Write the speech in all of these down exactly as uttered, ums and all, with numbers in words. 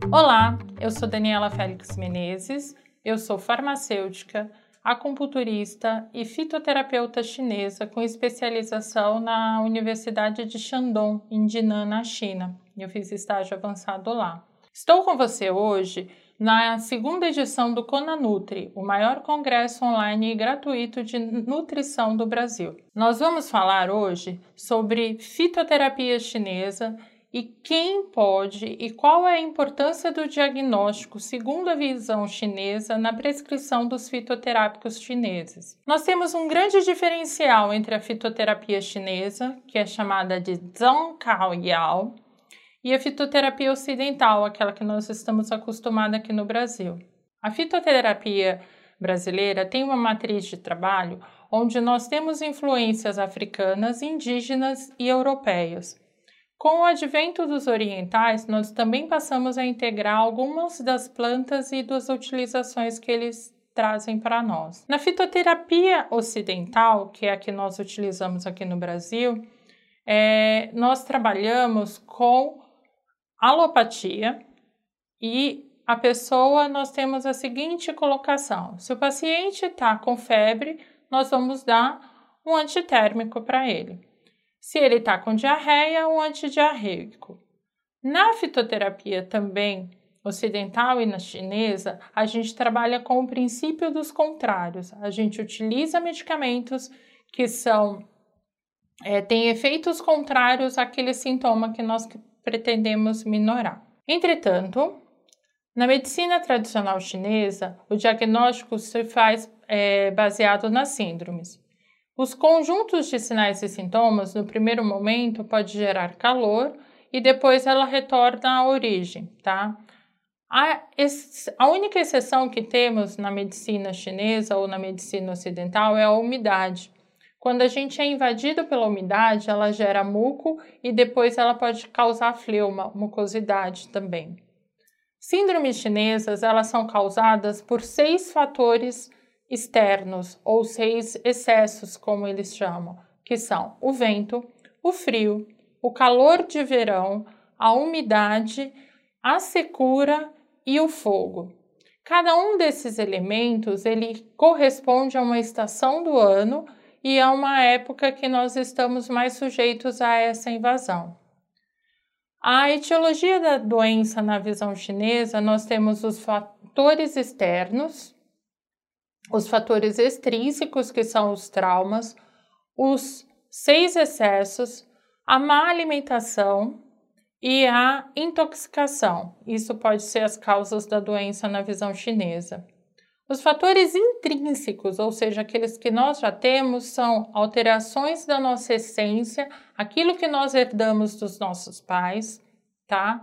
Olá, eu sou Daniela Félix Menezes, eu sou farmacêutica, acupunturista e fitoterapeuta chinesa com especialização na Universidade de Shandong, em Jinan, na China. Eu fiz estágio avançado lá. Estou com você hoje na segunda edição do CONANUTRI, o maior congresso online e gratuito de nutrição do Brasil. Nós vamos falar hoje sobre fitoterapia chinesa e quem pode e qual é a importância do diagnóstico segundo a visão chinesa na prescrição dos fitoterápicos chineses. Nós temos um grande diferencial entre a fitoterapia chinesa, que é chamada de Zhongcaoyao, e a fitoterapia ocidental, aquela que nós estamos acostumados aqui no Brasil. A fitoterapia brasileira tem uma matriz de trabalho onde nós temos influências africanas, indígenas e europeias. Com o advento dos orientais, nós também passamos a integrar algumas das plantas e das utilizações que eles trazem para nós. Na fitoterapia ocidental, que é a que nós utilizamos aqui no Brasil, é, nós trabalhamos com alopatia e a pessoa, nós temos a seguinte colocação: se o paciente está com febre, nós vamos dar um antitérmico para ele. Se ele está com diarreia, um antidiarreico. Na fitoterapia também ocidental e na chinesa, a gente trabalha com o princípio dos contrários. A gente utiliza medicamentos que são, é, têm efeitos contrários àquele sintoma que nós pretendemos minorar. Entretanto, na medicina tradicional chinesa, o diagnóstico se faz é, baseado nas síndromes. Os conjuntos de sinais e sintomas, no primeiro momento, pode gerar calor e depois ela retorna à origem, tá? A, a única exceção que temos na medicina chinesa ou na medicina ocidental é a umidade. Quando a gente é invadido pela umidade, ela gera muco e depois ela pode causar fleuma, mucosidade também. Síndromes chinesas, elas são causadas por seis fatores externos ou seis excessos, como eles chamam, que são o vento, o frio, o calor de verão, a umidade, a secura e o fogo. Cada um desses elementos, ele corresponde a uma estação do ano e a uma época que nós estamos mais sujeitos a essa invasão. A etiologia da doença na visão chinesa, nós temos os fatores externos, os fatores extrínsecos, que são os traumas, os seis excessos, a má alimentação e a intoxicação. Isso pode ser as causas da doença na visão chinesa. Os fatores intrínsecos, ou seja, aqueles que nós já temos, são alterações da nossa essência, aquilo que nós herdamos dos nossos pais, tá?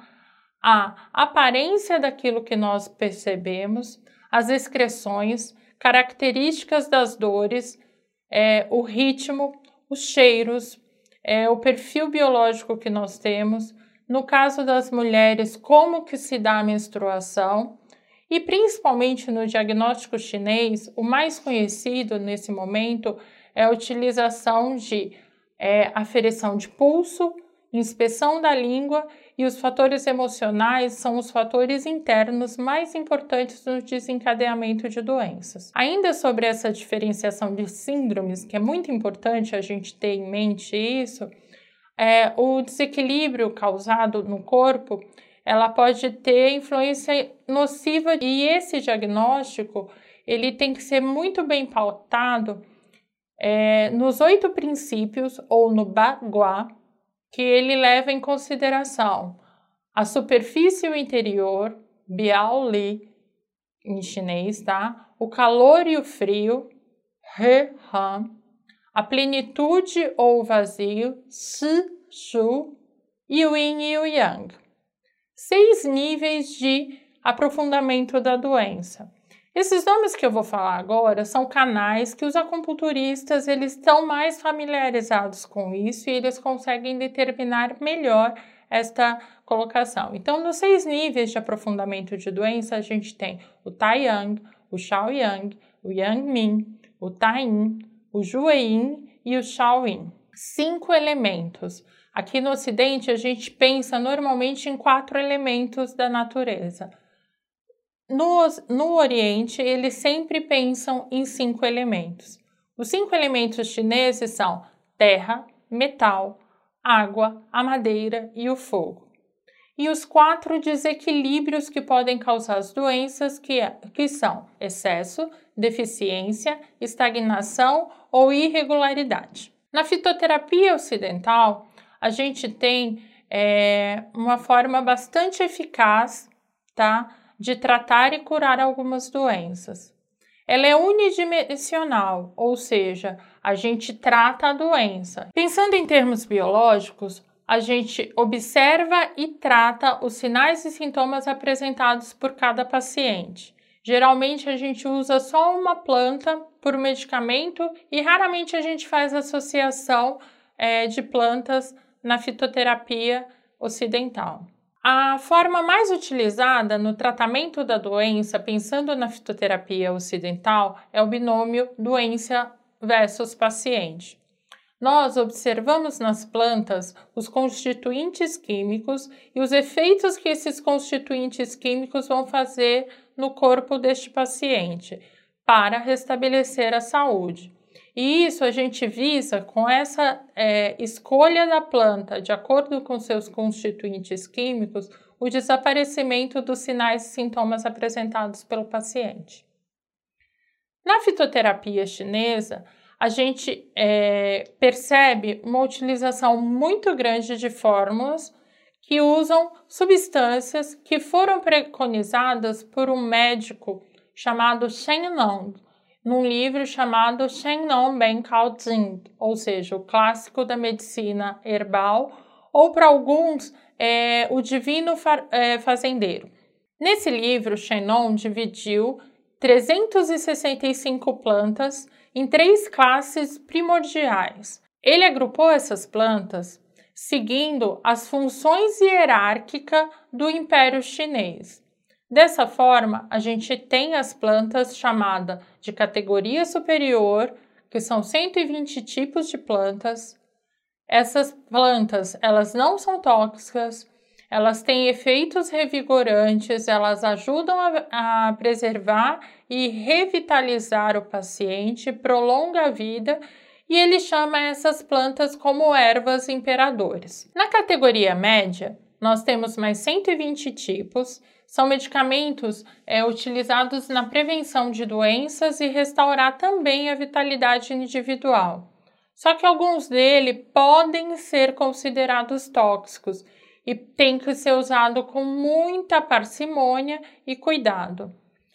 A aparência daquilo que nós percebemos, as excreções, características das dores, é, o ritmo, os cheiros, é, o perfil biológico que nós temos. No caso das mulheres, como que se dá a menstruação. E principalmente no diagnóstico chinês, o mais conhecido nesse momento é a utilização de é, aferição de pulso, inspeção da língua, e os fatores emocionais são os fatores internos mais importantes no desencadeamento de doenças. Ainda sobre essa diferenciação de síndromes, que é muito importante a gente ter em mente isso, é, o desequilíbrio causado no corpo, ela pode ter influência nociva, e esse diagnóstico ele tem que ser muito bem pautado é, nos oito princípios ou no Bagua, que ele leva em consideração a superfície e o interior, Biao Li, em chinês, tá? O calor e o frio, He Han, a plenitude ou o vazio, Si Shu, e o Yin e o Yang. Seis níveis de aprofundamento da doença. Esses nomes que eu vou falar agora são canais que os acupunturistas eles estão mais familiarizados com isso e eles conseguem determinar melhor esta colocação. Então, nos seis níveis de aprofundamento de doença, a gente tem o Tai-Yang, o Shao-Yang, o Yang-Min, o Tai-Yin, o Jue-Yin e o Shao-Yin. Cinco elementos. Aqui no Ocidente, a gente pensa normalmente em quatro elementos da natureza. No, no Oriente, eles sempre pensam em cinco elementos. Os cinco elementos chineses são terra, metal, água, a madeira e o fogo. E os quatro desequilíbrios que podem causar as doenças, que, é, que são excesso, deficiência, estagnação ou irregularidade. Na fitoterapia ocidental, a gente tem é, uma forma bastante eficaz, tá, de tratar e curar algumas doenças. Ela é unidimensional, ou seja, a gente trata a doença. Pensando em termos biológicos, a gente observa e trata os sinais e sintomas apresentados por cada paciente. Geralmente a gente usa só uma planta por medicamento e raramente a gente faz associação é, de plantas na fitoterapia ocidental. A forma mais utilizada no tratamento da doença, pensando na fitoterapia ocidental, é o binômio doença versus paciente. Nós observamos nas plantas os constituintes químicos e os efeitos que esses constituintes químicos vão fazer no corpo deste paciente para restabelecer a saúde. E isso a gente visa com essa é, escolha da planta, de acordo com seus constituintes químicos, o desaparecimento dos sinais e sintomas apresentados pelo paciente. Na fitoterapia chinesa, a gente é, percebe uma utilização muito grande de fórmulas que usam substâncias que foram preconizadas por um médico chamado Shen Nong, num livro chamado Shen Nong Ben Cao Jing, ou seja, o clássico da medicina herbal, ou para alguns, é, o Divino Fazendeiro. Nesse livro, Shen Nong dividiu trezentas e sessenta e cinco plantas em três classes primordiais. Ele agrupou essas plantas seguindo as funções hierárquicas do Império Chinês. Dessa forma, a gente tem as plantas chamadas de categoria superior, que são cento e vinte tipos de plantas. Essas plantas, elas não são tóxicas, elas têm efeitos revigorantes, elas ajudam a, a preservar e revitalizar o paciente, prolonga a vida, e ele chama essas plantas como ervas imperadores. Na categoria média, nós temos mais cento e vinte tipos. São medicamentos é, utilizados na prevenção de doenças e restaurar também a vitalidade individual. Só que alguns deles podem ser considerados tóxicos e tem que ser usado com muita parcimônia e cuidado.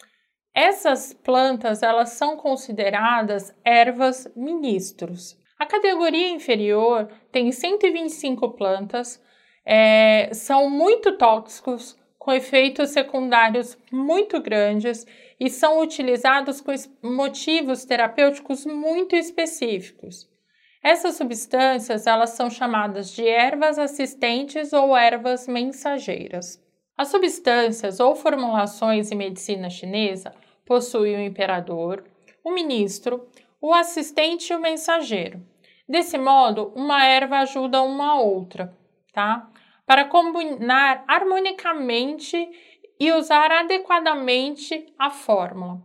Essas plantas, elas são consideradas ervas ministros. A categoria inferior tem cento e vinte e cinco plantas, é, são muito tóxicos, com efeitos secundários muito grandes e são utilizados com motivos terapêuticos muito específicos. Essas substâncias, elas são chamadas de ervas assistentes ou ervas mensageiras. As substâncias ou formulações em medicina chinesa possuem o imperador, o ministro, o assistente e o mensageiro. Desse modo, uma erva ajuda uma a outra, tá? Para combinar harmonicamente e usar adequadamente a fórmula.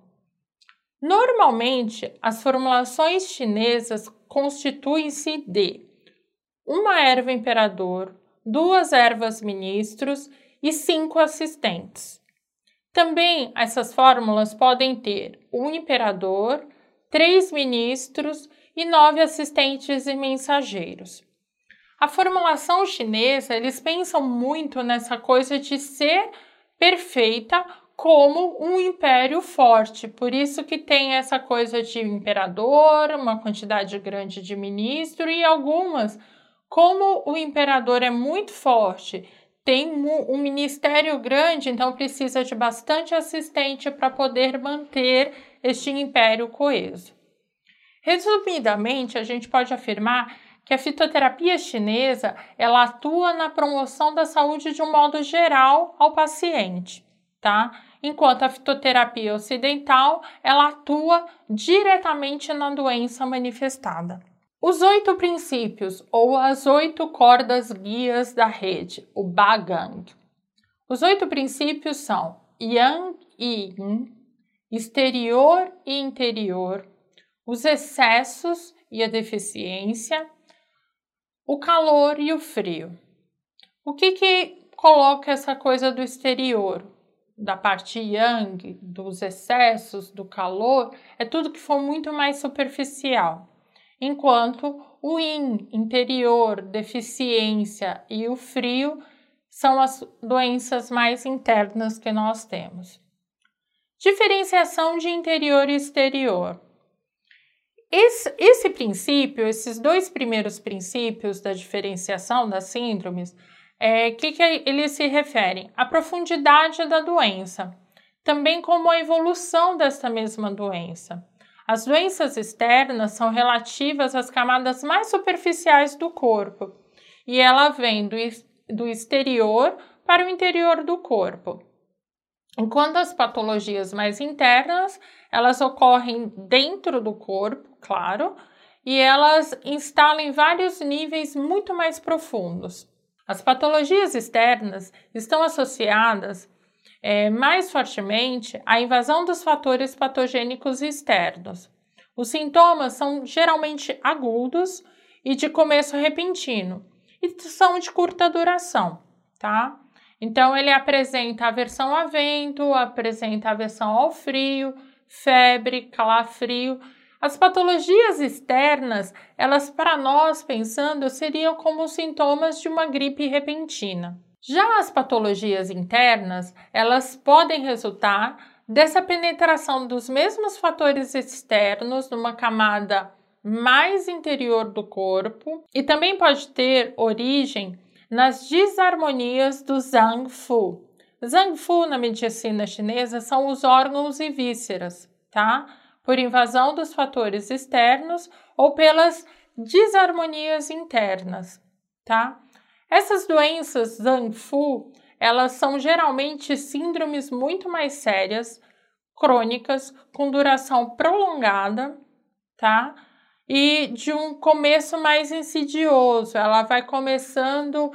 Normalmente, as formulações chinesas constituem-se de uma erva imperador, duas ervas ministros e cinco assistentes. Também essas fórmulas podem ter um imperador, três ministros e nove assistentes e mensageiros. A formulação chinesa, eles pensam muito nessa coisa de ser perfeita como um império forte. Por isso que tem essa coisa de imperador, uma quantidade grande de ministro e algumas, como o imperador é muito forte, tem um ministério grande, então precisa de bastante assistente para poder manter este império coeso. Resumidamente, a gente pode afirmar que a fitoterapia chinesa, ela atua na promoção da saúde de um modo geral ao paciente, tá? Enquanto a fitoterapia ocidental, ela atua diretamente na doença manifestada. Os oito princípios ou as oito cordas guias da rede, o Bagang. Os oito princípios são Yang e Yin, exterior e interior, os excessos e a deficiência, o calor e o frio. O que que coloca essa coisa do exterior? Da parte Yang, dos excessos, do calor, é tudo que for muito mais superficial. Enquanto o Yin, interior, deficiência e o frio são as doenças mais internas que nós temos. Diferenciação de interior e exterior. Esse, esse princípio, esses dois primeiros princípios da diferenciação das síndromes, é, que, que eles se referem? À profundidade da doença, também como a evolução desta mesma doença. As doenças externas são relativas às camadas mais superficiais do corpo e ela vem do, do exterior para o interior do corpo. Enquanto as patologias mais internas, elas ocorrem dentro do corpo, claro, e elas instalam em vários níveis muito mais profundos. As patologias externas estão associadas É, mais fortemente a invasão dos fatores patogênicos externos. Os sintomas são geralmente agudos e de começo repentino e são de curta duração, tá? Então ele apresenta aversão a vento, apresenta aversão ao frio, febre, calafrio. As patologias externas, elas para nós pensando, seriam como sintomas de uma gripe repentina. Já as patologias internas, elas podem resultar dessa penetração dos mesmos fatores externos numa camada mais interior do corpo e também pode ter origem nas desarmonias do Zhang Fu. Zhang Fu na medicina chinesa são os órgãos e vísceras, tá? Por invasão dos fatores externos ou pelas desarmonias internas, tá? Essas doenças Zhang Fu, elas são geralmente síndromes muito mais sérias, crônicas, com duração prolongada, tá? E de um começo mais insidioso. Ela vai começando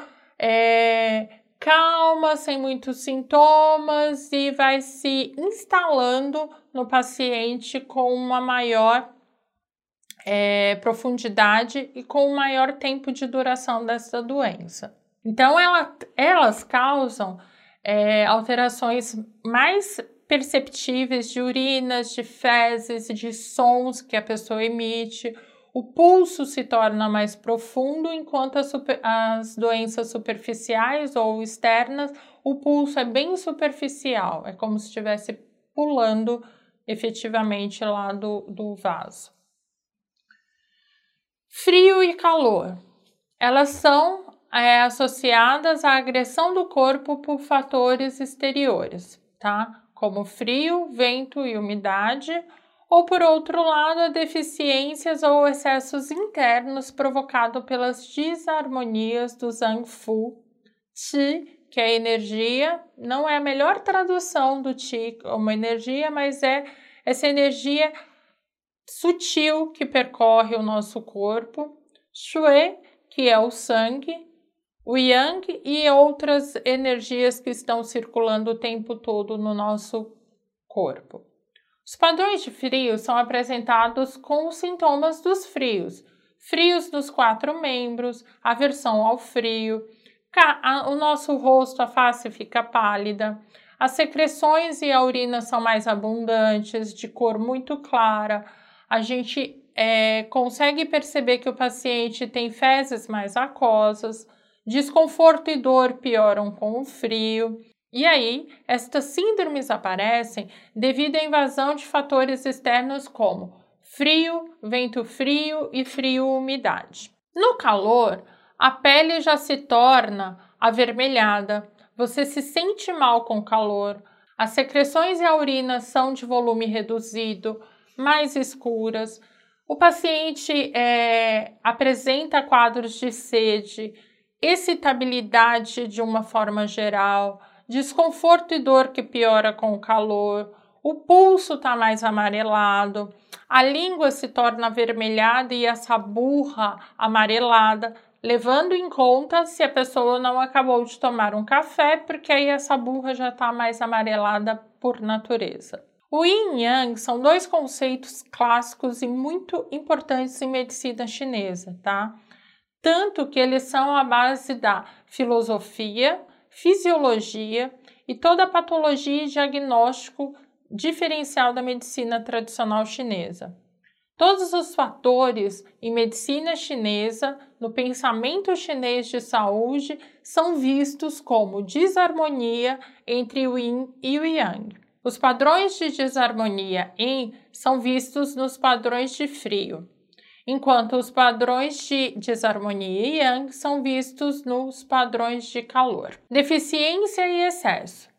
é, calma, sem muitos sintomas e vai se instalando no paciente com uma maior É, profundidade e com o maior tempo de duração dessa doença. Então, ela, elas causam é, alterações mais perceptíveis de urinas, de fezes, de sons que a pessoa emite. O pulso se torna mais profundo, enquanto as, super, as doenças superficiais ou externas, o pulso é bem superficial, é como se estivesse pulando efetivamente lá do, do vaso. Frio e calor, elas são é, associadas à agressão do corpo por fatores exteriores, tá? Como frio, vento e umidade, ou por outro lado, a deficiências ou excessos internos provocados pelas desarmonias do Zhang Fu. Qi, que é energia, não é a melhor tradução do Qi como energia, mas é essa energia sutil que percorre o nosso corpo, Shui, que é o sangue, o Yang e outras energias que estão circulando o tempo todo no nosso corpo. Os padrões de frio são apresentados com os sintomas dos frios, frios nos quatro membros, aversão ao frio, o nosso rosto, a face fica pálida, as secreções e a urina são mais abundantes, de cor muito clara. A gente é, consegue perceber que o paciente tem fezes mais aquosas, desconforto e dor pioram com o frio. E aí, estas síndromes aparecem devido à invasão de fatores externos como frio, vento frio e frio-umidade. No calor, a pele já se torna avermelhada, você se sente mal com o calor, as secreções e a urina são de volume reduzido, mais escuras, o paciente é, apresenta quadros de sede, excitabilidade de uma forma geral, desconforto e dor que piora com o calor, o pulso está mais amarelado, a língua se torna avermelhada e essa burra amarelada, levando em conta se a pessoa não acabou de tomar um café, porque aí essa burra já está mais amarelada por natureza. O Yin e Yang são dois conceitos clássicos e muito importantes em medicina chinesa, tá? Tanto que eles são a base da filosofia, fisiologia e toda a patologia e diagnóstico diferencial da medicina tradicional chinesa. Todos os fatores em medicina chinesa, no pensamento chinês de saúde, são vistos como desarmonia entre o Yin e o Yang. Os padrões de desarmonia Yin são vistos nos padrões de frio, enquanto os padrões de desarmonia Yang são vistos nos padrões de calor. Deficiência e excesso.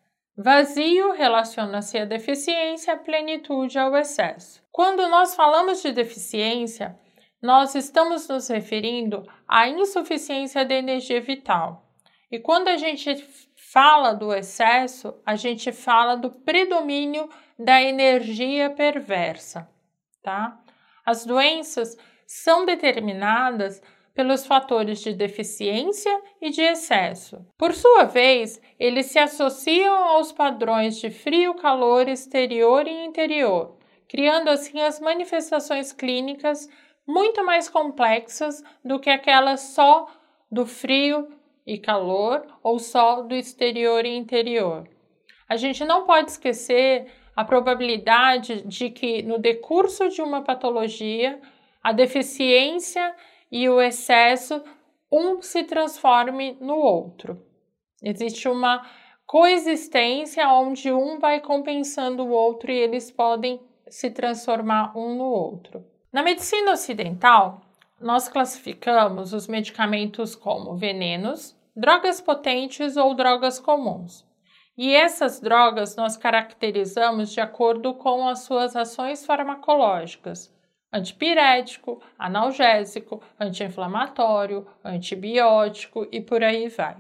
Vazio relaciona-se à deficiência, a plenitude ao excesso. Quando nós falamos de deficiência, nós estamos nos referindo à insuficiência de energia vital. E quando a gente fala do excesso, a gente fala do predomínio da energia perversa, tá? As doenças são determinadas pelos fatores de deficiência e de excesso. Por sua vez, eles se associam aos padrões de frio, calor, exterior e interior, criando assim as manifestações clínicas muito mais complexas do que aquelas só do frio e calor ou só do exterior e interior. A gente não pode esquecer a probabilidade de que no decurso de uma patologia, a deficiência e o excesso, um se transforme no outro. Existe uma coexistência onde um vai compensando o outro e eles podem se transformar um no outro. Na medicina ocidental, nós classificamos os medicamentos como venenos, drogas potentes ou drogas comuns. E essas drogas nós caracterizamos de acordo com as suas ações farmacológicas: antipirético, analgésico, anti-inflamatório, antibiótico e por aí vai.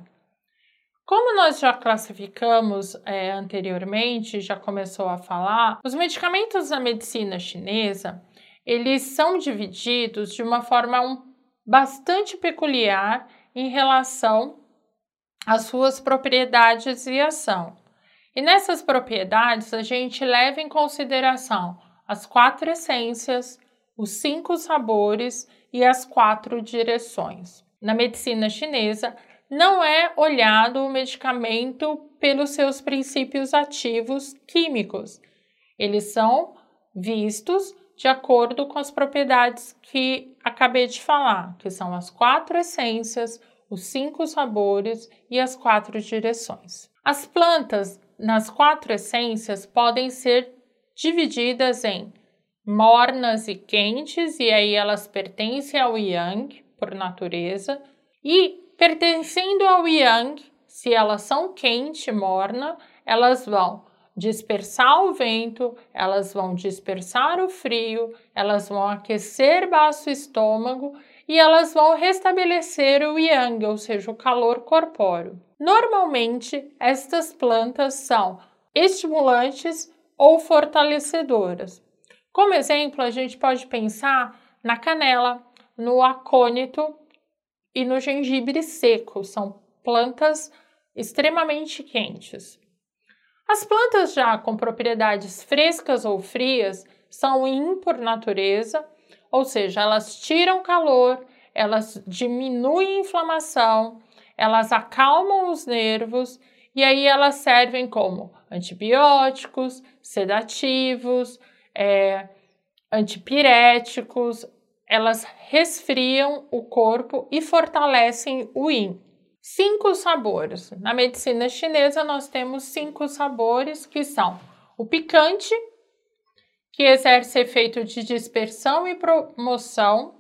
Como nós já classificamos é, anteriormente, já começou a falar, os medicamentos na medicina chinesa, eles são divididos de uma forma um, bastante peculiar em relação às suas propriedades e ação. E nessas propriedades a gente leva em consideração as quatro essências, os cinco sabores e as quatro direções. Na medicina chinesa, não é olhado o medicamento pelos seus princípios ativos químicos. Eles são vistos de acordo com as propriedades que acabei de falar, que são as quatro essências, os cinco sabores e as quatro direções. As plantas nas quatro essências podem ser divididas em mornas e quentes, e aí elas pertencem ao Yang por natureza, e pertencendo ao Yang, se elas são quente, morna, elas vão dispersar o vento, elas vão dispersar o frio, elas vão aquecer baço estômago e elas vão restabelecer o Yang, ou seja, o calor corpóreo. Normalmente, estas plantas são estimulantes ou fortalecedoras. Como exemplo, a gente pode pensar na canela, no acônito e no gengibre seco. São plantas extremamente quentes. As plantas já com propriedades frescas ou frias são yin por natureza, ou seja, elas tiram calor, elas diminuem a inflamação, elas acalmam os nervos e aí elas servem como antibióticos, sedativos, é, antipiréticos, elas resfriam o corpo e fortalecem o yin. Cinco sabores. Na medicina chinesa nós temos cinco sabores que são o picante, que exerce efeito de dispersão e promoção,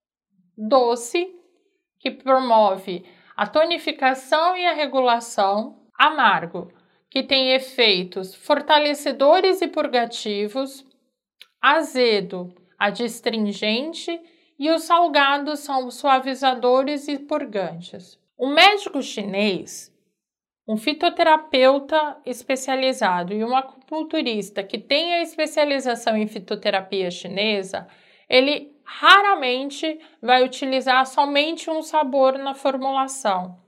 doce, que promove a tonificação e a regulação, amargo, que tem efeitos fortalecedores e purgativos, azedo, adstringente, e os salgados são suavizadores e purgantes. O médico chinês, Um fitoterapeuta especializado e um acupunturista que tem a especialização em fitoterapia chinesa, ele raramente vai utilizar somente um sabor na formulação,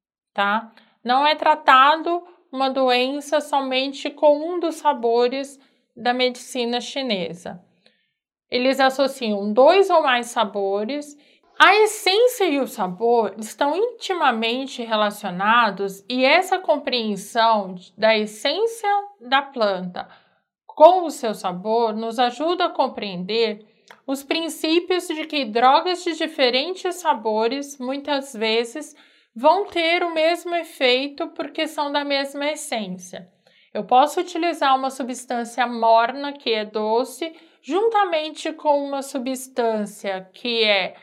tá? Não é tratado uma doença somente com um dos sabores da medicina chinesa. Eles associam dois ou mais sabores. A essência e o sabor estão intimamente relacionados e essa compreensão da essência da planta com o seu sabor nos ajuda a compreender os princípios de que drogas de diferentes sabores muitas vezes vão ter o mesmo efeito porque são da mesma essência. Eu posso utilizar uma substância morna que é doce juntamente com uma substância que é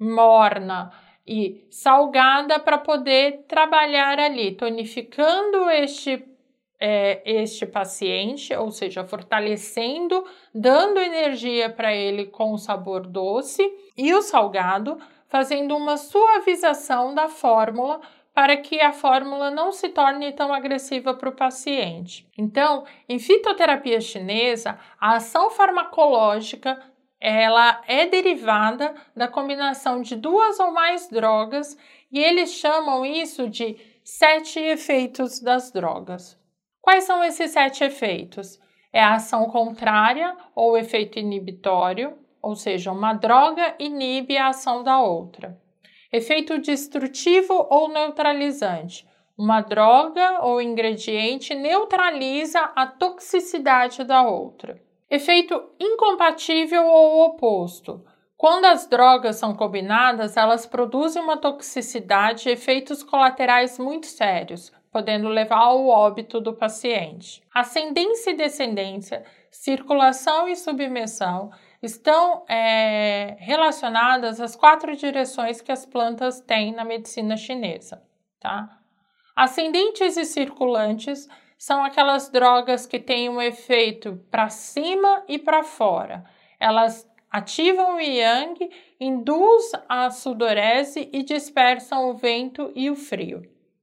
morna e salgada para poder trabalhar ali, tonificando este, é, este paciente, ou seja, fortalecendo, dando energia para ele com o sabor doce e o salgado, fazendo uma suavização da fórmula para que a fórmula não se torne tão agressiva para o paciente. Então, em fitoterapia chinesa, a ação farmacológica ela é derivada da combinação de duas ou mais drogas e eles chamam isso de sete efeitos das drogas. Quais são esses sete efeitos? É a ação contrária ou efeito inibitório, ou seja, uma droga inibe a ação da outra. Efeito destrutivo ou neutralizante. Uma droga ou ingrediente neutraliza a toxicidade da outra. Efeito incompatível ou oposto. Quando as drogas são combinadas, elas produzem uma toxicidade e efeitos colaterais muito sérios, podendo levar ao óbito do paciente. Ascendência e descendência, circulação e submersão estão é, relacionadas às quatro direções que as plantas têm na medicina chinesa, tá? Ascendentes e circulantes são aquelas drogas que têm um efeito para cima e para fora. Elas ativam o yang, induz a sudorese e dispersam o vento e o frio.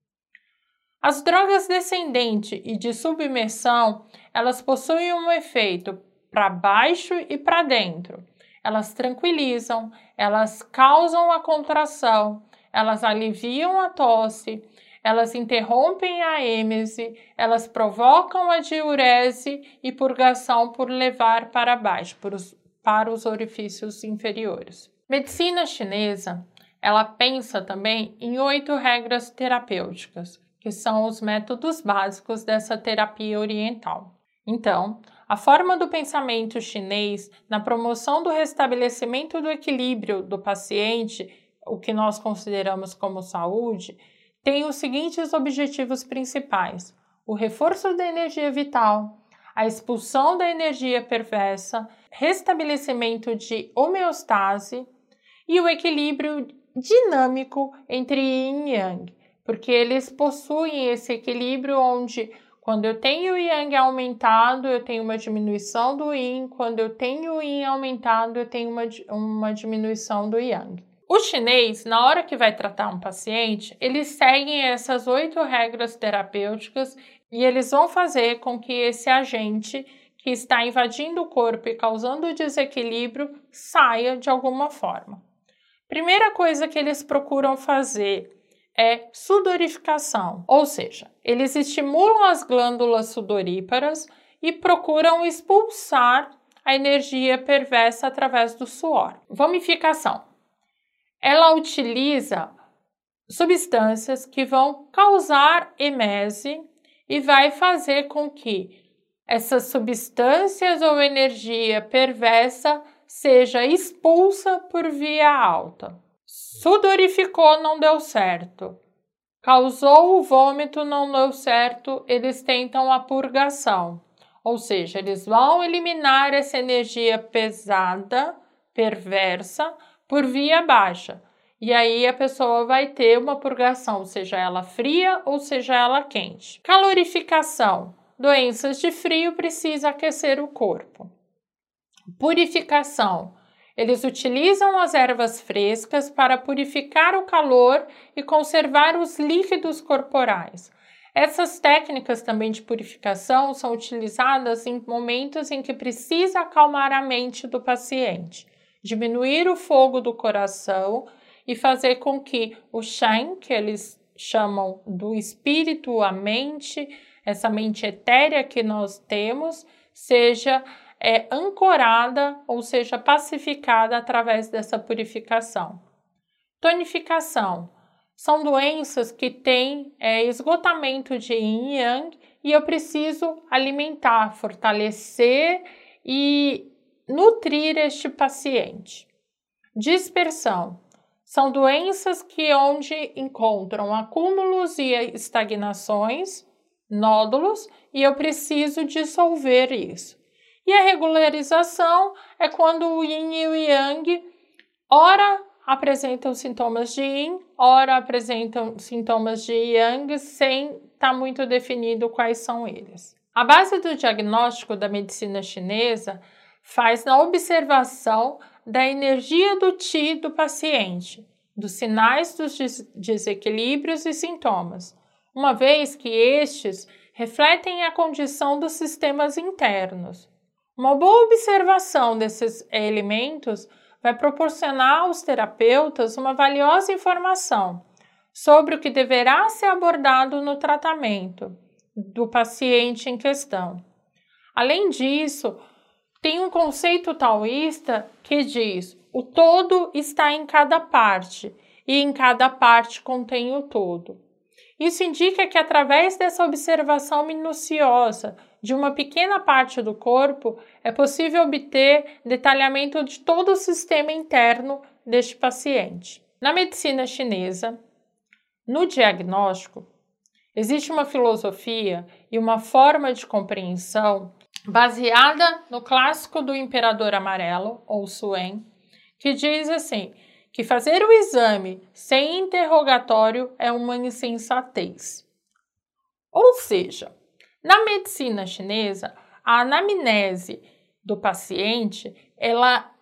As drogas descendente e de submersão, elas possuem um efeito para baixo e para dentro. Elas tranquilizam, elas causam a contração, elas aliviam a tosse, elas interrompem a êmese, elas provocam a diurese e purgação por levar para baixo, por os, para os orifícios inferiores. Medicina chinesa, ela pensa também em oito regras terapêuticas, que são os métodos básicos dessa terapia oriental. Então, a forma do pensamento chinês na promoção do restabelecimento do equilíbrio do paciente, o que nós consideramos como saúde, tem os seguintes objetivos principais: o reforço da energia vital, a expulsão da energia perversa, restabelecimento de homeostase e o equilíbrio dinâmico entre yin e yang, porque eles possuem esse equilíbrio onde quando eu tenho o yang aumentado, eu tenho uma diminuição do yin, quando eu tenho o yin aumentado, eu tenho uma, uma diminuição do yang. O chinês, na hora que vai tratar um paciente, eles seguem essas oito regras terapêuticas e eles vão fazer com que esse agente que está invadindo o corpo e causando desequilíbrio saia de alguma forma. Primeira coisa que eles procuram fazer é sudorificação, ou seja, eles estimulam as glândulas sudoríparas e procuram expulsar a energia perversa através do suor. Vomificação. Ela utiliza substâncias que vão causar emese e vai fazer com que essas substâncias ou energia perversa seja expulsa por via alta. Sudorificou, não deu certo. Causou o vômito, não deu certo, eles tentam a purgação. Ou seja, eles vão eliminar essa energia pesada, perversa, por via baixa. E aí a pessoa vai ter uma purgação, seja ela fria ou seja ela quente. Calorificação. Doenças de frio precisa aquecer o corpo. Purificação. Eles utilizam as ervas frescas para purificar o calor e conservar os líquidos corporais. Essas técnicas também de purificação são utilizadas em momentos em que precisa acalmar a mente do paciente, diminuir o fogo do coração e fazer com que o Shen, que eles chamam do espírito, a mente, essa mente etérea que nós temos, seja é, ancorada, ou seja, pacificada através dessa purificação. Tonificação. São doenças que têm é, esgotamento de yin e yang e eu preciso alimentar, fortalecer e nutrir este paciente. Dispersão. São doenças que onde encontram acúmulos e estagnações, nódulos, e eu preciso dissolver isso. E a regularização é quando o yin e o yang, ora apresentam sintomas de yin, ora apresentam sintomas de yang, sem estar muito definido quais são eles. A base do diagnóstico da medicina chinesa faz na observação da energia do Qi do paciente, dos sinais dos des- desequilíbrios e sintomas, uma vez que estes refletem a condição dos sistemas internos. Uma boa observação desses elementos vai proporcionar aos terapeutas uma valiosa informação sobre o que deverá ser abordado no tratamento do paciente em questão. Além disso, tem um conceito taoísta que diz: o todo está em cada parte e em cada parte contém o todo. Isso indica que através dessa observação minuciosa de uma pequena parte do corpo é possível obter detalhamento de todo o sistema interno deste paciente. Na medicina chinesa, no diagnóstico, existe uma filosofia e uma forma de compreensão baseada no clássico do Imperador Amarelo, ou Suen, que diz assim, que fazer o exame sem interrogatório é uma insensatez. Ou seja, na medicina chinesa, a anamnese do paciente, ela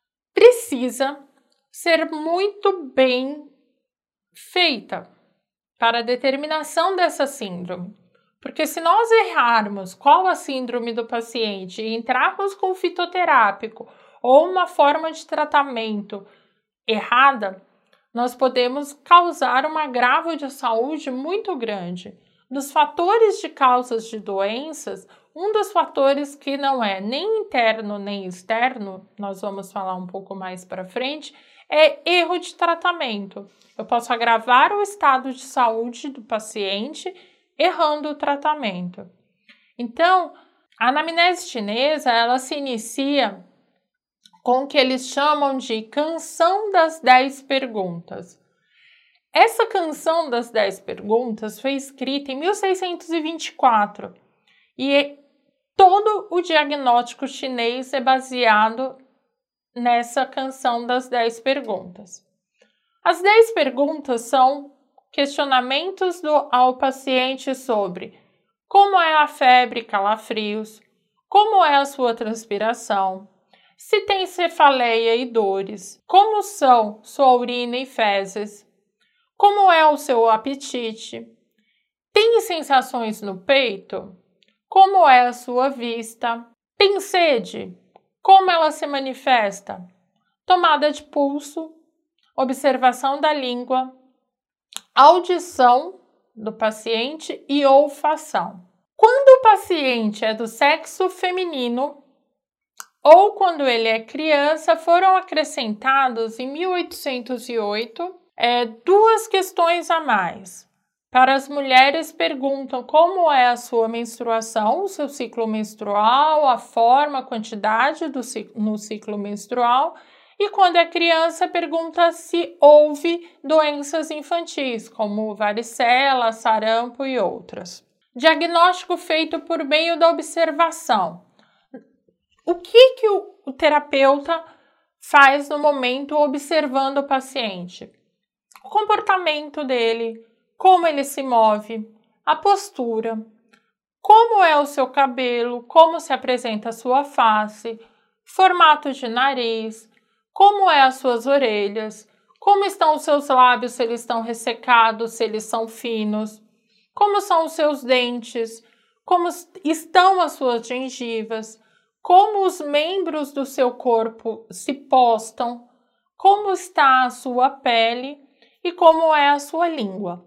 precisa ser muito bem feita para a determinação dessa síndrome. Porque se nós errarmos qual a síndrome do paciente e entrarmos com o fitoterápico ou uma forma de tratamento errada, nós podemos causar um agravo de saúde muito grande. Dos fatores de causas de doenças, um dos fatores que não é nem interno nem externo, nós vamos falar um pouco mais para frente, é erro de tratamento. Eu posso agravar o estado de saúde do paciente errando o tratamento. Então, a anamnese chinesa, ela se inicia com o que eles chamam de canção das dez perguntas. Essa canção das dez perguntas foi escrita em mil seiscentos e vinte e quatro e todo o diagnóstico chinês é baseado nessa canção das dez perguntas. As dez perguntas são questionamentos do, ao paciente sobre como é a febre e calafrios, como é a sua transpiração, se tem cefaleia e dores, como são sua urina e fezes, como é o seu apetite, tem sensações no peito, como é a sua vista, tem sede, como ela se manifesta, tomada de pulso, observação da língua, audição do paciente e olfação. Quando o paciente é do sexo feminino ou quando ele é criança, foram acrescentados em mil oitocentos e oito é, duas questões a mais. Para as mulheres, perguntam como é a sua menstruação, o seu ciclo menstrual, a forma, a quantidade do, no ciclo menstrual. E quando é criança, pergunta se houve doenças infantis, como varicela, sarampo e outras. Diagnóstico feito por meio da observação. O que, que o, o terapeuta faz no momento observando o paciente? O comportamento dele, como ele se move, a postura, como é o seu cabelo, como se apresenta a sua face, formato de nariz, como é as suas orelhas, como estão os seus lábios, se eles estão ressecados, se eles são finos, como são os seus dentes, como estão as suas gengivas, como os membros do seu corpo se postam, como está a sua pele e como é a sua língua.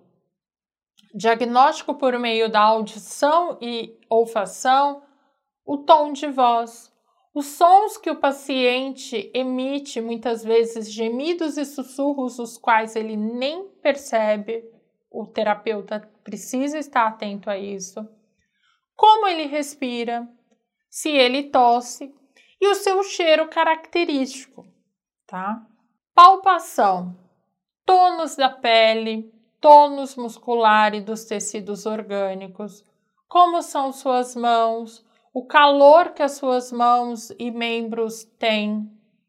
Diagnóstico por meio da audição e olfação, o tom de voz, os sons que o paciente emite, muitas vezes gemidos e sussurros, os quais ele nem percebe, o terapeuta precisa estar atento a isso, como ele respira, se ele tosse e o seu cheiro característico, tá? Palpação, tônus da pele, tônus muscular e dos tecidos orgânicos, como são suas mãos, o calor que as suas mãos e membros têm,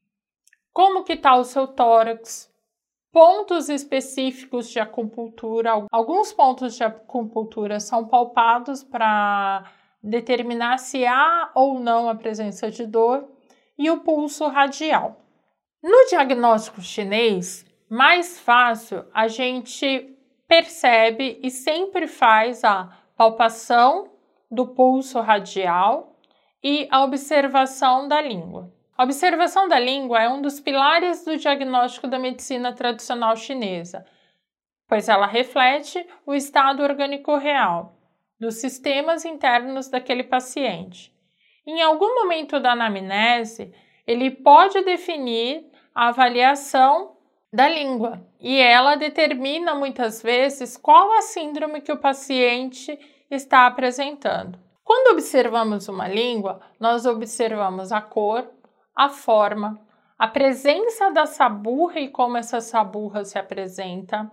como que está o seu tórax, pontos específicos de acupuntura. Alguns pontos de acupuntura são palpados para determinar se há ou não a presença de dor, e o pulso radial. No diagnóstico chinês, mais fácil, a gente percebe e sempre faz a palpação do pulso radial e a observação da língua. A observação da língua é um dos pilares do diagnóstico da medicina tradicional chinesa, pois ela reflete o estado orgânico real dos sistemas internos daquele paciente. Em algum momento da anamnese, ele pode definir a avaliação da língua e ela determina muitas vezes qual a síndrome que o paciente está apresentando. Quando observamos uma língua, nós observamos a cor, a forma, a presença da saburra e como essa saburra se apresenta,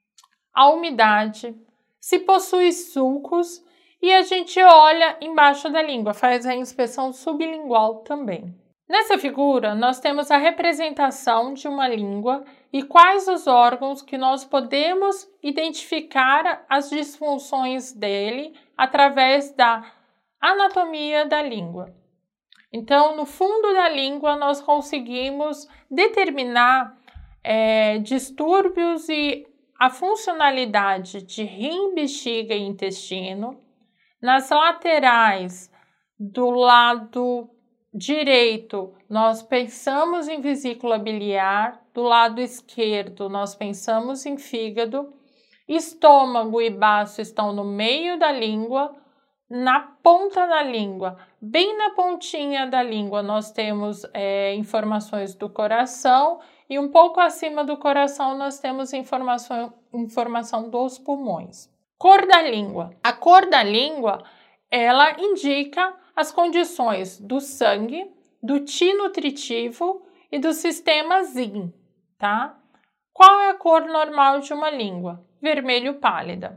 a umidade, se possui sulcos e a gente olha embaixo da língua, faz a inspeção sublingual também. Nessa figura, nós temos a representação de uma língua e quais os órgãos que nós podemos identificar as disfunções dele através da anatomia da língua. Então, no fundo da língua, nós conseguimos determinar é, distúrbios e a funcionalidade de rim, bexiga e intestino. Nas laterais do lado direito, nós pensamos em vesícula biliar, do lado esquerdo, nós pensamos em fígado, estômago e baço estão no meio da língua, na ponta da língua, bem na pontinha da língua, nós temos é, informações do coração e um pouco acima do coração nós temos informação, informação dos pulmões. Cor da língua. A cor da língua, ela indica as condições do sangue, do Qi nutritivo e do sistema Yin, tá? Qual é a cor normal de uma língua? Vermelho pálida.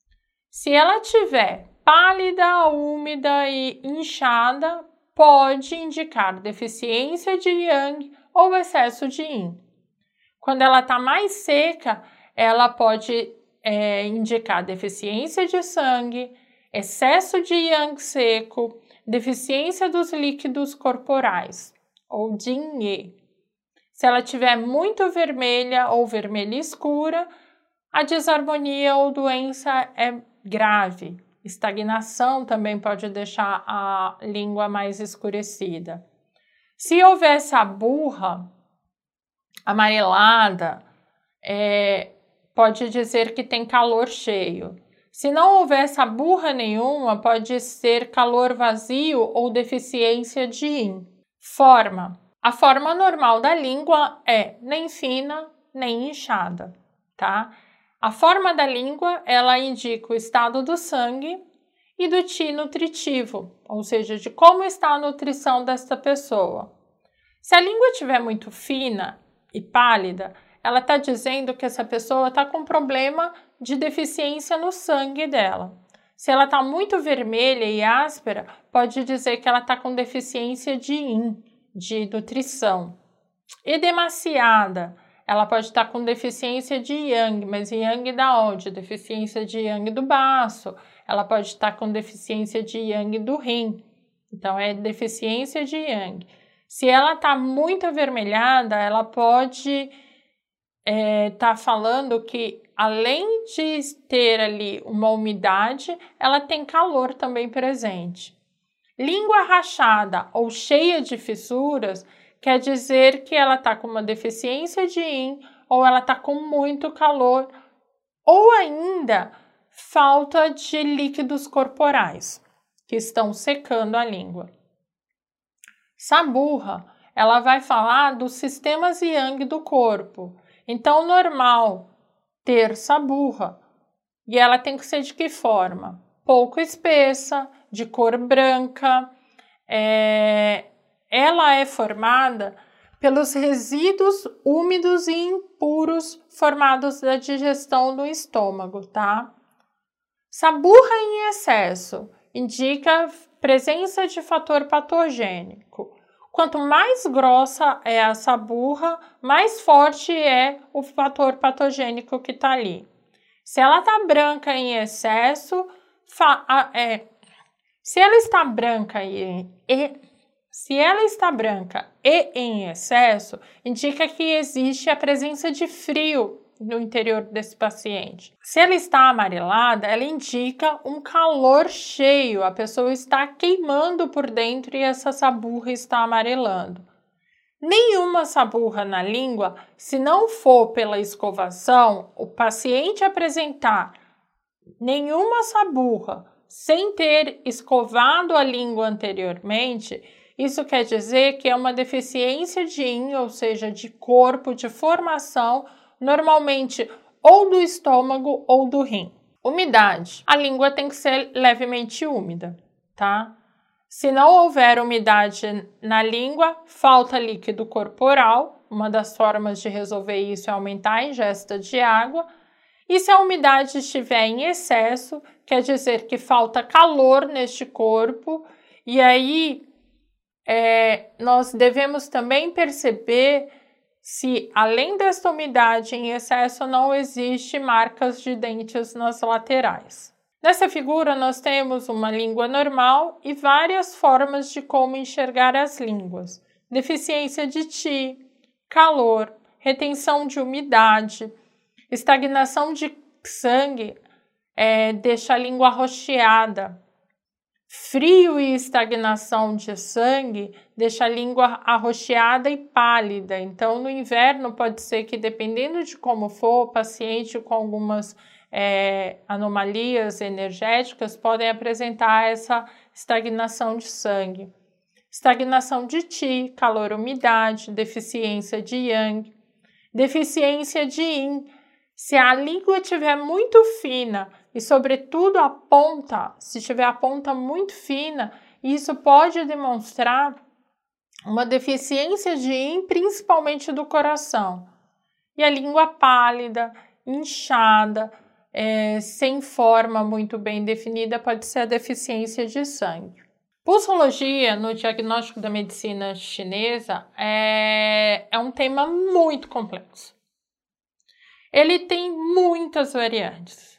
Se ela tiver pálida, úmida e inchada, pode indicar deficiência de Yang ou excesso de Yin. Quando ela está mais seca, ela pode é, indicar deficiência de sangue, excesso de Yang seco, deficiência dos líquidos corporais, ou Jin-Ye. Se ela tiver muito vermelha ou vermelha escura, a desarmonia ou doença é grave. Estagnação também pode deixar a língua mais escurecida. Se houver saburra amarelada, é, pode dizer que tem calor cheio. Se não houver saburra nenhuma, pode ser calor vazio ou deficiência de Yin. Forma. A forma normal da língua é nem fina, nem inchada, tá? A forma da língua, ela indica o estado do sangue e do Qi nutritivo, ou seja, de como está a nutrição desta pessoa. Se a língua estiver muito fina e pálida, ela está dizendo que essa pessoa está com problema de deficiência no sangue dela. Se ela está muito vermelha e áspera, pode dizer que ela está com deficiência de Yin, de nutrição. E demasiada, ela pode estar com deficiência de Yang, mas Yang da onde? Deficiência de Yang do baço. Ela pode estar com deficiência de Yang do rim. Então, é deficiência de Yang. Se ela está muito avermelhada, ela pode está falando que, além de ter ali uma umidade, ela tem calor também presente. Língua rachada ou cheia de fissuras quer dizer que ela está com uma deficiência de yin ou ela está com muito calor ou ainda falta de líquidos corporais que estão secando a língua. Saburra, ela vai falar dos sistemas yang do corpo. Então, normal ter saburra. E ela tem que ser de que forma? Pouco espessa, de cor branca. É... Ela é formada pelos resíduos úmidos e impuros formados da digestão do estômago, tá? Saburra em excesso indica presença de fator patogênico. Quanto mais grossa é a saburra, mais forte é o fator patogênico que está ali. Se ela está branca em excesso, é, se ela está branca e, e se ela está branca e em excesso, indica que existe a presença de frio no interior desse paciente. Se ela está amarelada, ela indica um calor cheio, a pessoa está queimando por dentro e essa saburra está amarelando. Nenhuma saburra na língua, se não for pela escovação, o paciente apresentar nenhuma saburra sem ter escovado a língua anteriormente, isso quer dizer que é uma deficiência de yin, ou seja, de corpo, de formação, normalmente ou do estômago ou do rim. Umidade. A língua tem que ser levemente úmida, tá? Se não houver umidade na língua, falta líquido corporal. Uma das formas de resolver isso é aumentar a ingesta de água. E se a umidade estiver em excesso, quer dizer que falta calor neste corpo. E aí, é, nós devemos também perceber se, além desta umidade em excesso, não existe marcas de dentes nas laterais. Nessa figura, nós temos uma língua normal e várias formas de como enxergar as línguas. Deficiência de Qi, calor, retenção de umidade, estagnação de sangue, é, deixa a língua arroxeada. Frio e estagnação de sangue deixa a língua arroxeada e pálida. Então, no inverno, pode ser que, dependendo de como for, o paciente com algumas é, anomalias energéticas podem apresentar essa estagnação de sangue. Estagnação de Qi, calor, umidade, deficiência de Yang. Deficiência de Yin. Se a língua estiver muito fina e, sobretudo, a ponta, se tiver a ponta muito fina, isso pode demonstrar uma deficiência de Yin, principalmente do coração. E a língua pálida, inchada, é, sem forma muito bem definida, pode ser a deficiência de sangue. Pulsologia, no diagnóstico da medicina chinesa, é, é um tema muito complexo. Ele tem muitas variantes.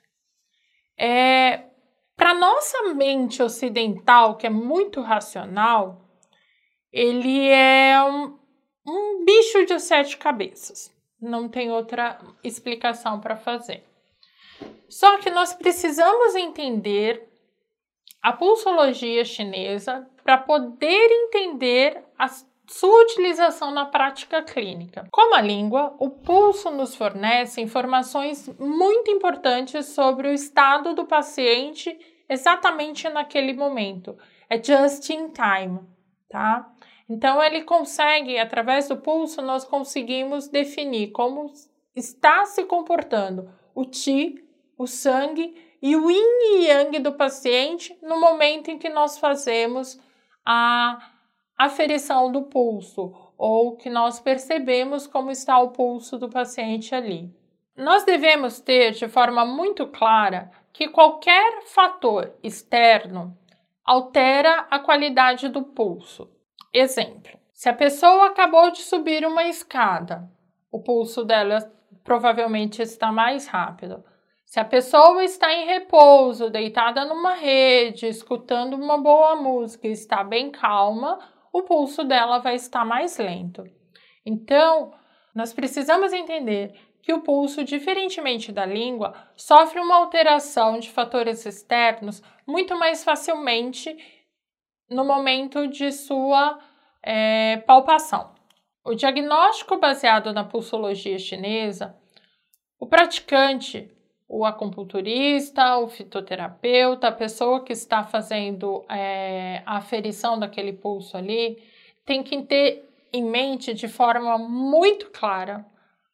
É, para nossa mente ocidental, que é muito racional, ele é um, um bicho de sete cabeças. Não tem outra explicação para fazer. Só que nós precisamos entender a pulsologia chinesa para poder entender as sua utilização na prática clínica. Como a língua, o pulso nos fornece informações muito importantes sobre o estado do paciente exatamente naquele momento. É just in time, tá? Então, ele consegue, através do pulso, nós conseguimos definir como está se comportando o Qi, o sangue e o Yin e Yang do paciente no momento em que nós fazemos a aferição do pulso, ou que nós percebemos como está o pulso do paciente ali. Nós devemos ter de forma muito clara que qualquer fator externo altera a qualidade do pulso. Exemplo, se a pessoa acabou de subir uma escada, o pulso dela provavelmente está mais rápido. Se a pessoa está em repouso, deitada numa rede, escutando uma boa música e está bem calma, o pulso dela vai estar mais lento. Então, nós precisamos entender que o pulso, diferentemente da língua, sofre uma alteração de fatores externos muito mais facilmente no momento de sua é, palpação. O diagnóstico baseado na pulsologia chinesa, o praticante, o acupunturista, o fitoterapeuta, a pessoa que está fazendo é, a aferição daquele pulso ali, tem que ter em mente de forma muito clara,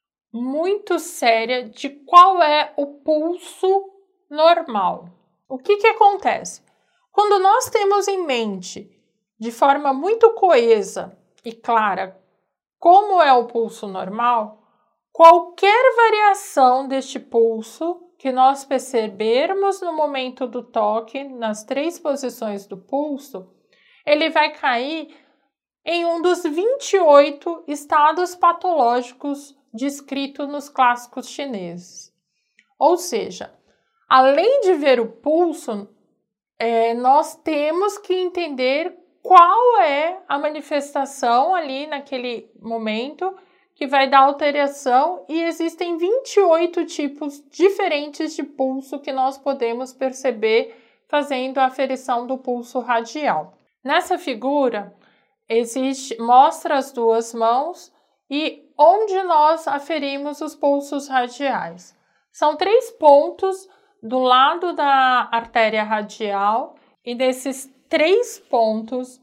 muito séria, de qual é o pulso normal. O que que acontece? Quando nós temos em mente, de forma muito coesa e clara, como é o pulso normal, qualquer variação deste pulso que nós percebermos no momento do toque, nas três posições do pulso, ele vai cair em um dos vinte e oito estados patológicos descritos nos clássicos chineses. Ou seja, além de ver o pulso, é, nós temos que entender qual é a manifestação ali naquele momento que vai dar alteração, e existem vinte e oito tipos diferentes de pulso que nós podemos perceber fazendo a aferição do pulso radial. Nessa figura, existe, mostra as duas mãos e onde nós aferimos os pulsos radiais. São três pontos do lado da artéria radial e desses três pontos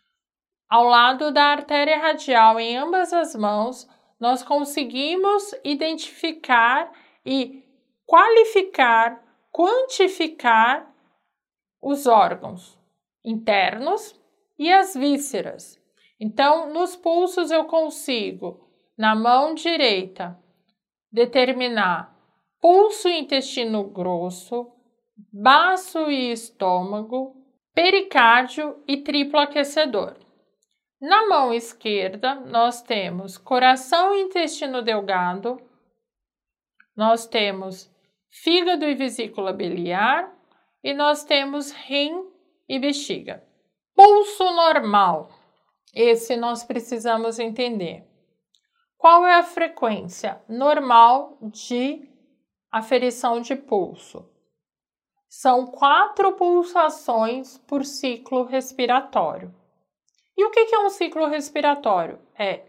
ao lado da artéria radial em ambas as mãos, nós conseguimos identificar e qualificar, quantificar os órgãos internos e as vísceras. Então, nos pulsos eu consigo, na mão direita, determinar pulso e intestino grosso, baço e estômago, pericárdio e triplo aquecedor. Na mão esquerda, nós temos coração e intestino delgado, nós temos fígado e vesícula biliar e nós temos rim e bexiga. Pulso normal, esse nós precisamos entender. Qual é a frequência normal de aferição de pulso? São quatro pulsações por ciclo respiratório. E o que é um ciclo respiratório? É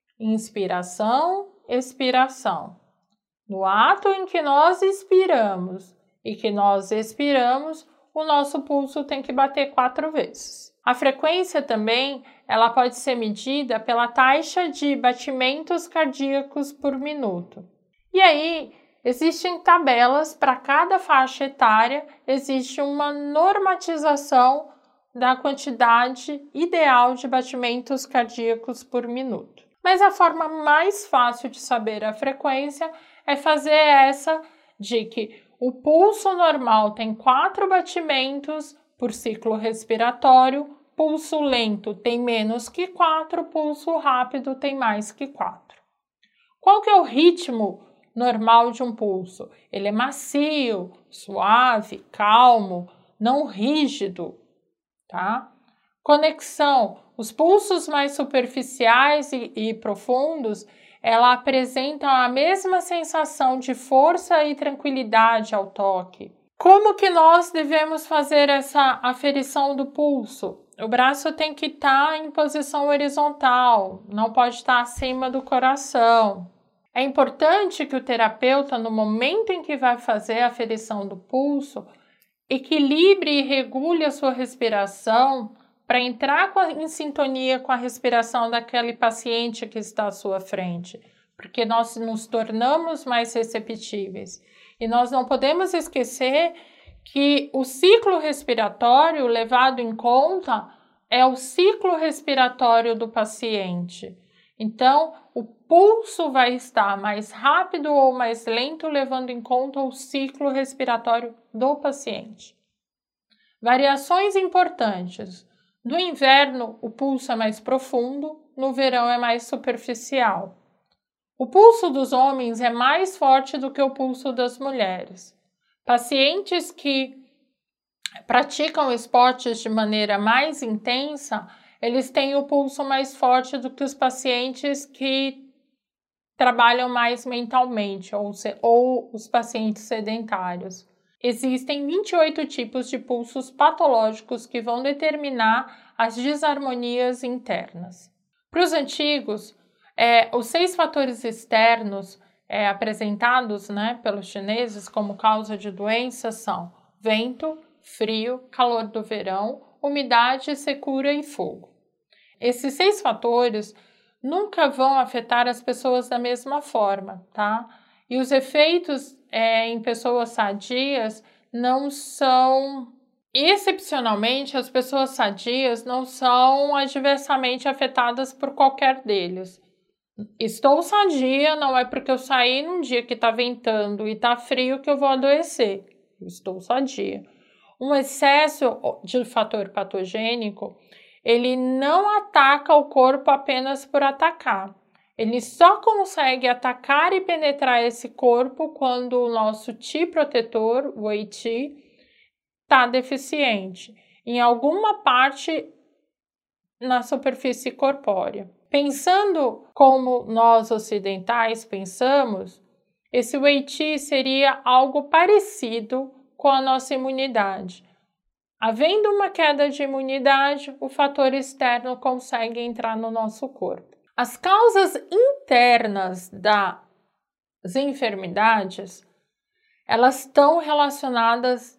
inspiração, expiração. No ato em que nós inspiramos e que nós expiramos, o nosso pulso tem que bater quatro vezes. A frequência também, ela pode ser medida pela taxa de batimentos cardíacos por minuto. E aí, existem tabelas para cada faixa etária, existe uma normatização da quantidade ideal de batimentos cardíacos por minuto. Mas a forma mais fácil de saber a frequência é fazer essa de que o pulso normal tem quatro batimentos por ciclo respiratório, pulso lento tem menos que quatro, pulso rápido tem mais que quatro. Qual que é o ritmo normal de um pulso? Ele é macio, suave, calmo, não rígido. Tá? Conexão. Os pulsos mais superficiais e, e profundos, ela apresentam a mesma sensação de força e tranquilidade ao toque. Como que nós devemos fazer essa aferição do pulso? O braço tem que estar em posição horizontal, não pode estar acima do coração. É importante que o terapeuta, no momento em que vai fazer a aferição do pulso, equilibre e regule a sua respiração para entrar com a, em sintonia com a respiração daquele paciente que está à sua frente, porque nós nos tornamos mais receptíveis. E nós não podemos esquecer que o ciclo respiratório levado em conta é o ciclo respiratório do paciente. Então, o pulso vai estar mais rápido ou mais lento, levando em conta o ciclo respiratório do paciente. Variações importantes. No inverno, o pulso é mais profundo, no verão é mais superficial. O pulso dos homens é mais forte do que o pulso das mulheres. Pacientes que praticam esportes de maneira mais intensa, eles têm o pulso mais forte do que os pacientes que trabalham mais mentalmente, ou, se, ou os pacientes sedentários. Existem vinte e oito tipos de pulsos patológicos que vão determinar as desarmonias internas. Para os antigos, é, os seis fatores externos é, apresentados, né, pelos chineses como causa de doença são vento, frio, calor do verão, umidade, secura e fogo. Esses seis fatores nunca vão afetar as pessoas da mesma forma, tá? E os efeitos é, em pessoas sadias não são, excepcionalmente, as pessoas sadias não são adversamente afetadas por qualquer deles. Estou sadia, não é porque eu saí num dia que está ventando e está frio que eu vou adoecer. Estou sadia. Um excesso de fator patogênico, ele não ataca o corpo apenas por atacar. Ele só consegue atacar e penetrar esse corpo quando o nosso Qi protetor, o Wei Qi, está deficiente em alguma parte na superfície corpórea. Pensando como nós ocidentais pensamos, esse Wei Qi seria algo parecido com a nossa imunidade. Havendo uma queda de imunidade, o fator externo consegue entrar no nosso corpo. As causas internas das enfermidades, elas estão relacionadas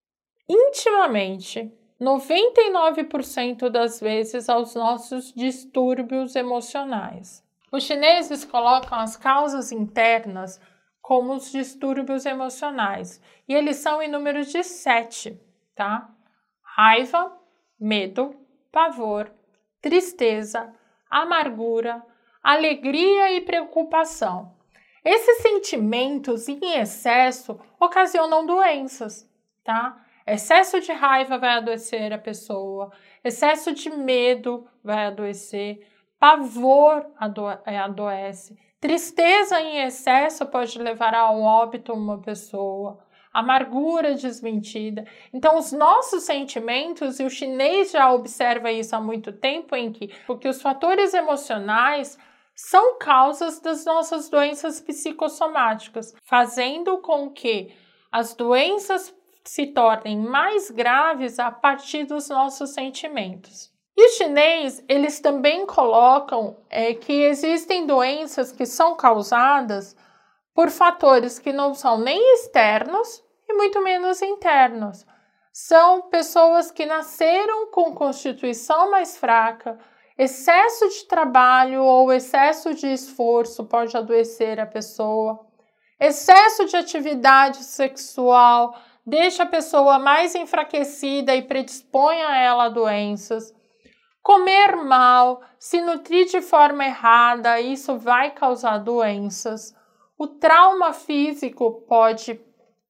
intimamente, noventa e nove por cento das vezes, aos nossos distúrbios emocionais. Os chineses colocam as causas internas como os distúrbios emocionais, e eles são em número de sete, tá? Raiva, medo, pavor, tristeza, amargura, alegria e preocupação. Esses sentimentos em excesso ocasionam doenças, tá? Excesso de raiva vai adoecer a pessoa, excesso de medo vai adoecer, pavor ado adoece, tristeza em excesso pode levar ao óbito uma pessoa, amargura desmentida. Então, os nossos sentimentos, e o chinês já observa isso há muito tempo, em que porque os fatores emocionais são causas das nossas doenças psicossomáticas, fazendo com que as doenças se tornem mais graves a partir dos nossos sentimentos. E o chinês, eles também colocam é, que existem doenças que são causadas por fatores que não são nem externos e muito menos internos. São pessoas que nasceram com constituição mais fraca, excesso de trabalho ou excesso de esforço pode adoecer a pessoa, excesso de atividade sexual deixa a pessoa mais enfraquecida e predispõe a ela a doenças. Comer mal, se nutrir de forma errada, isso vai causar doenças. O trauma físico pode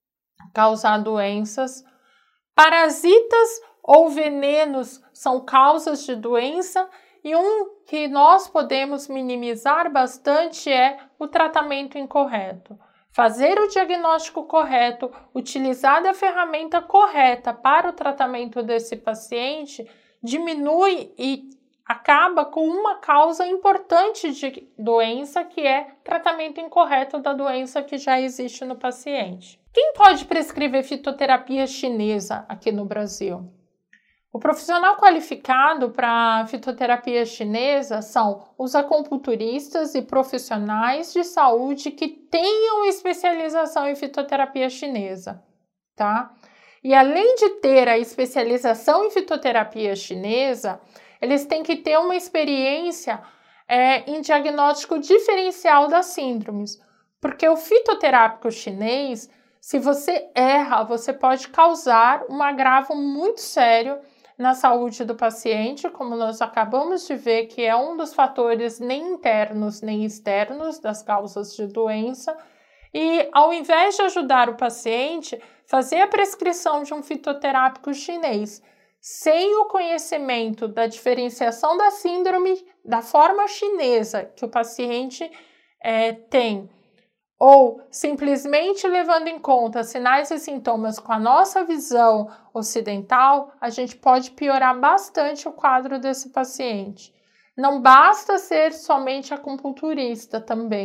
causar doenças. Parasitas ou venenos são causas de doença, e um que nós podemos minimizar bastante é o tratamento incorreto. Fazer o diagnóstico correto, utilizar a ferramenta correta para o tratamento desse paciente, diminui e acaba com uma causa importante de doença, que é tratamento incorreto da doença que já existe no paciente. Quem pode prescrever fitoterapia chinesa aqui no Brasil? O profissional qualificado para fitoterapia chinesa são os acupunturistas e profissionais de saúde que tenham especialização em fitoterapia chinesa, tá? E além de ter a especialização em fitoterapia chinesa, eles têm que ter uma experiência é, em diagnóstico diferencial das síndromes, porque o fitoterápico chinês, se você erra, você pode causar um agravo muito sério na saúde do paciente, como nós acabamos de ver, que é um dos fatores nem internos nem externos das causas de doença. E ao invés de ajudar o paciente, fazer a prescrição de um fitoterápico chinês sem o conhecimento da diferenciação da síndrome da forma chinesa que o paciente é, tem, ou simplesmente levando em conta sinais e sintomas com a nossa visão ocidental, a gente pode piorar bastante o quadro desse paciente. Não basta ser somente acupunturista também.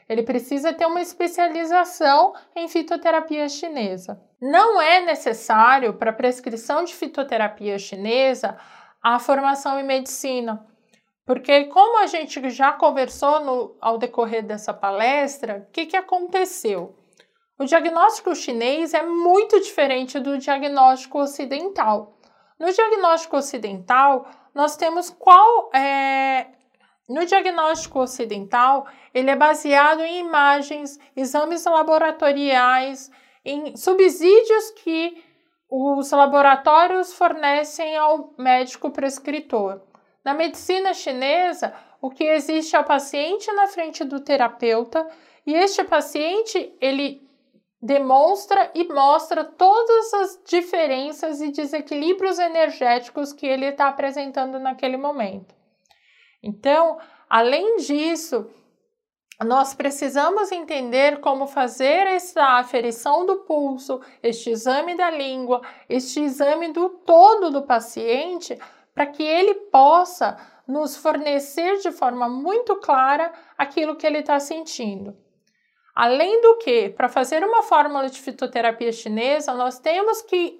Ele precisa ter uma especialização em fitoterapia chinesa. Não é necessário para prescrição de fitoterapia chinesa a formação em medicina, porque como a gente já conversou no, ao decorrer dessa palestra, o que, que aconteceu? O diagnóstico chinês é muito diferente do diagnóstico ocidental. No diagnóstico ocidental, nós temos qual é... No diagnóstico ocidental, ele é baseado em imagens, exames laboratoriais, em subsídios que os laboratórios fornecem ao médico prescritor. Na medicina chinesa, o que existe é o paciente na frente do terapeuta e este paciente, ele demonstra e mostra todas as diferenças e desequilíbrios energéticos que ele está apresentando naquele momento. Então, além disso, nós precisamos entender como fazer essa aferição do pulso, este exame da língua, este exame do todo do paciente, para que ele possa nos fornecer de forma muito clara aquilo que ele está sentindo. Além do que, para fazer uma fórmula de fitoterapia chinesa, nós temos que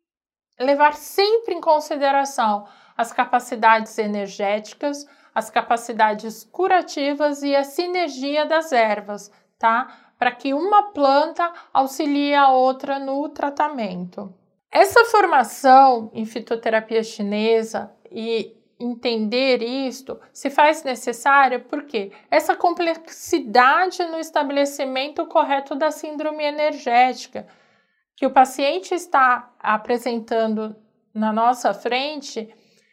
levar sempre em consideração as capacidades energéticas, as capacidades curativas e a sinergia das ervas, tá? Para que uma planta auxilie a outra no tratamento. Essa formação em fitoterapia chinesa e entender isto se faz necessária porque essa complexidade no estabelecimento correto da síndrome energética que o paciente está apresentando na nossa frente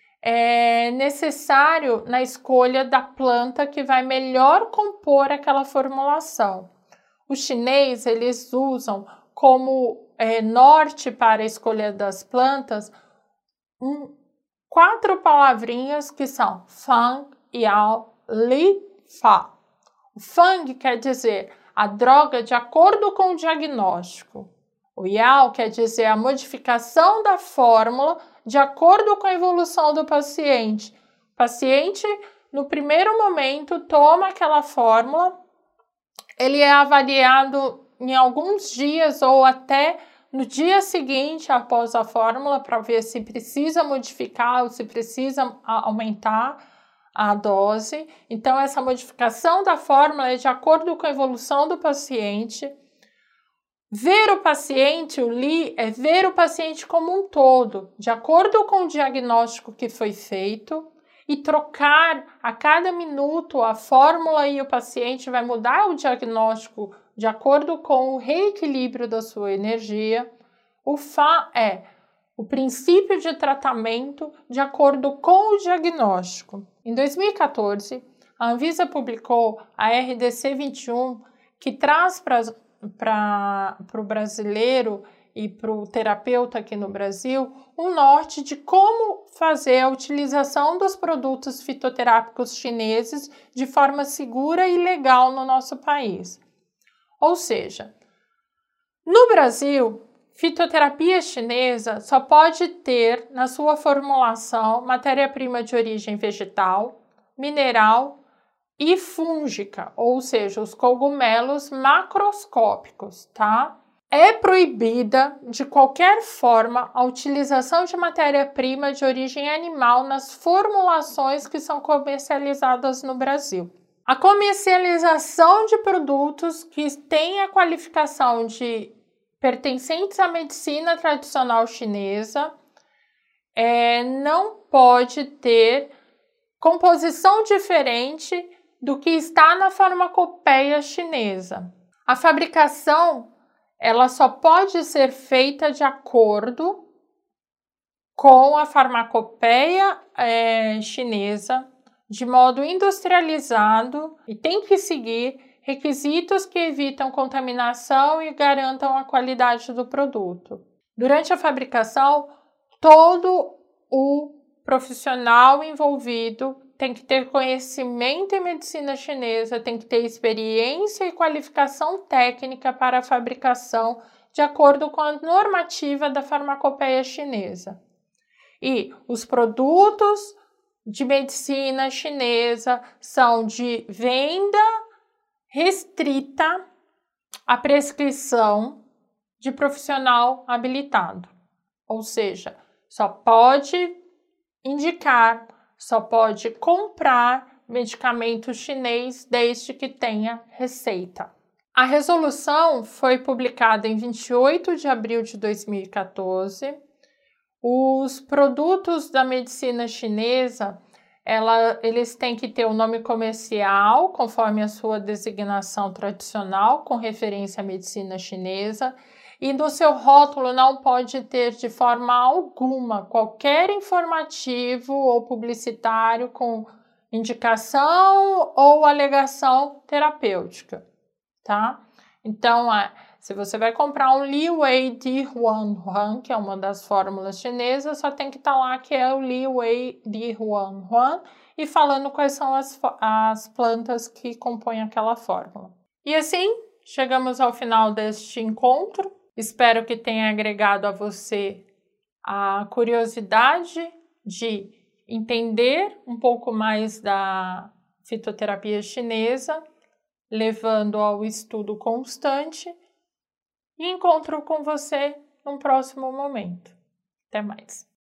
é necessário na escolha da planta que vai melhor compor aquela formulação. Os chineses, eles usam como é, norte para a escolha das plantas um, quatro palavrinhas que são Fang, Yao, Li, Fa. O Fang quer dizer a droga de acordo com o diagnóstico. O Yao quer dizer a modificação da fórmula de acordo com a evolução do paciente. O paciente, no primeiro momento, toma aquela fórmula, ele é avaliado em alguns dias ou até no dia seguinte após a fórmula para ver se precisa modificar ou se precisa aumentar a dose. Então, essa modificação da fórmula é de acordo com a evolução do paciente. Ver o paciente, o Li, é ver o paciente como um todo, de acordo com o diagnóstico que foi feito, e trocar a cada minuto a fórmula e o paciente vai mudar o diagnóstico de acordo com o reequilíbrio da sua energia. O Fa é o princípio de tratamento de acordo com o diagnóstico. Em dois mil e quatorze, a Anvisa publicou a R D C vinte e um, que traz para para o brasileiro e para o terapeuta aqui no Brasil um norte de como fazer a utilização dos produtos fitoterápicos chineses de forma segura e legal no nosso país. Ou seja, no Brasil, fitoterapia chinesa só pode ter na sua formulação matéria-prima de origem vegetal, mineral e fúngica, ou seja, os cogumelos macroscópicos, tá? É proibida de qualquer forma a utilização de matéria-prima de origem animal nas formulações que são comercializadas no Brasil. A comercialização de produtos que têm a qualificação de pertencentes à medicina tradicional chinesa é, não pode ter composição diferente do que está na farmacopeia chinesa. A fabricação ela só pode ser feita de acordo com a farmacopeia é, chinesa, de modo industrializado, e tem que seguir requisitos que evitam contaminação e garantam a qualidade do produto. Durante a fabricação, todo o profissional envolvido tem que ter conhecimento em medicina chinesa, tem que ter experiência e qualificação técnica para a fabricação de acordo com a normativa da farmacopeia chinesa. E os produtos de medicina chinesa são de venda restrita à prescrição de profissional habilitado, ou seja, só pode indicar, só pode comprar medicamento chinês desde que tenha receita. A resolução foi publicada em vinte e oito de abril de dois mil e quatorze. Os produtos da medicina chinesa, ela, eles têm que ter o nome comercial, conforme a sua designação tradicional, com referência à medicina chinesa, e no seu rótulo não pode ter de forma alguma qualquer informativo ou publicitário com indicação ou alegação terapêutica, tá? Então, se você vai comprar um Li Wei Di Huan Huan, que é uma das fórmulas chinesas, só tem que estar lá que é o Li Wei Di Huan Huan e falando quais são as, as plantas que compõem aquela fórmula. E assim, chegamos ao final deste encontro. Espero que tenha agregado a você a curiosidade de entender um pouco mais da fitoterapia chinesa, levando ao estudo constante, e encontro com você num próximo momento. Até mais!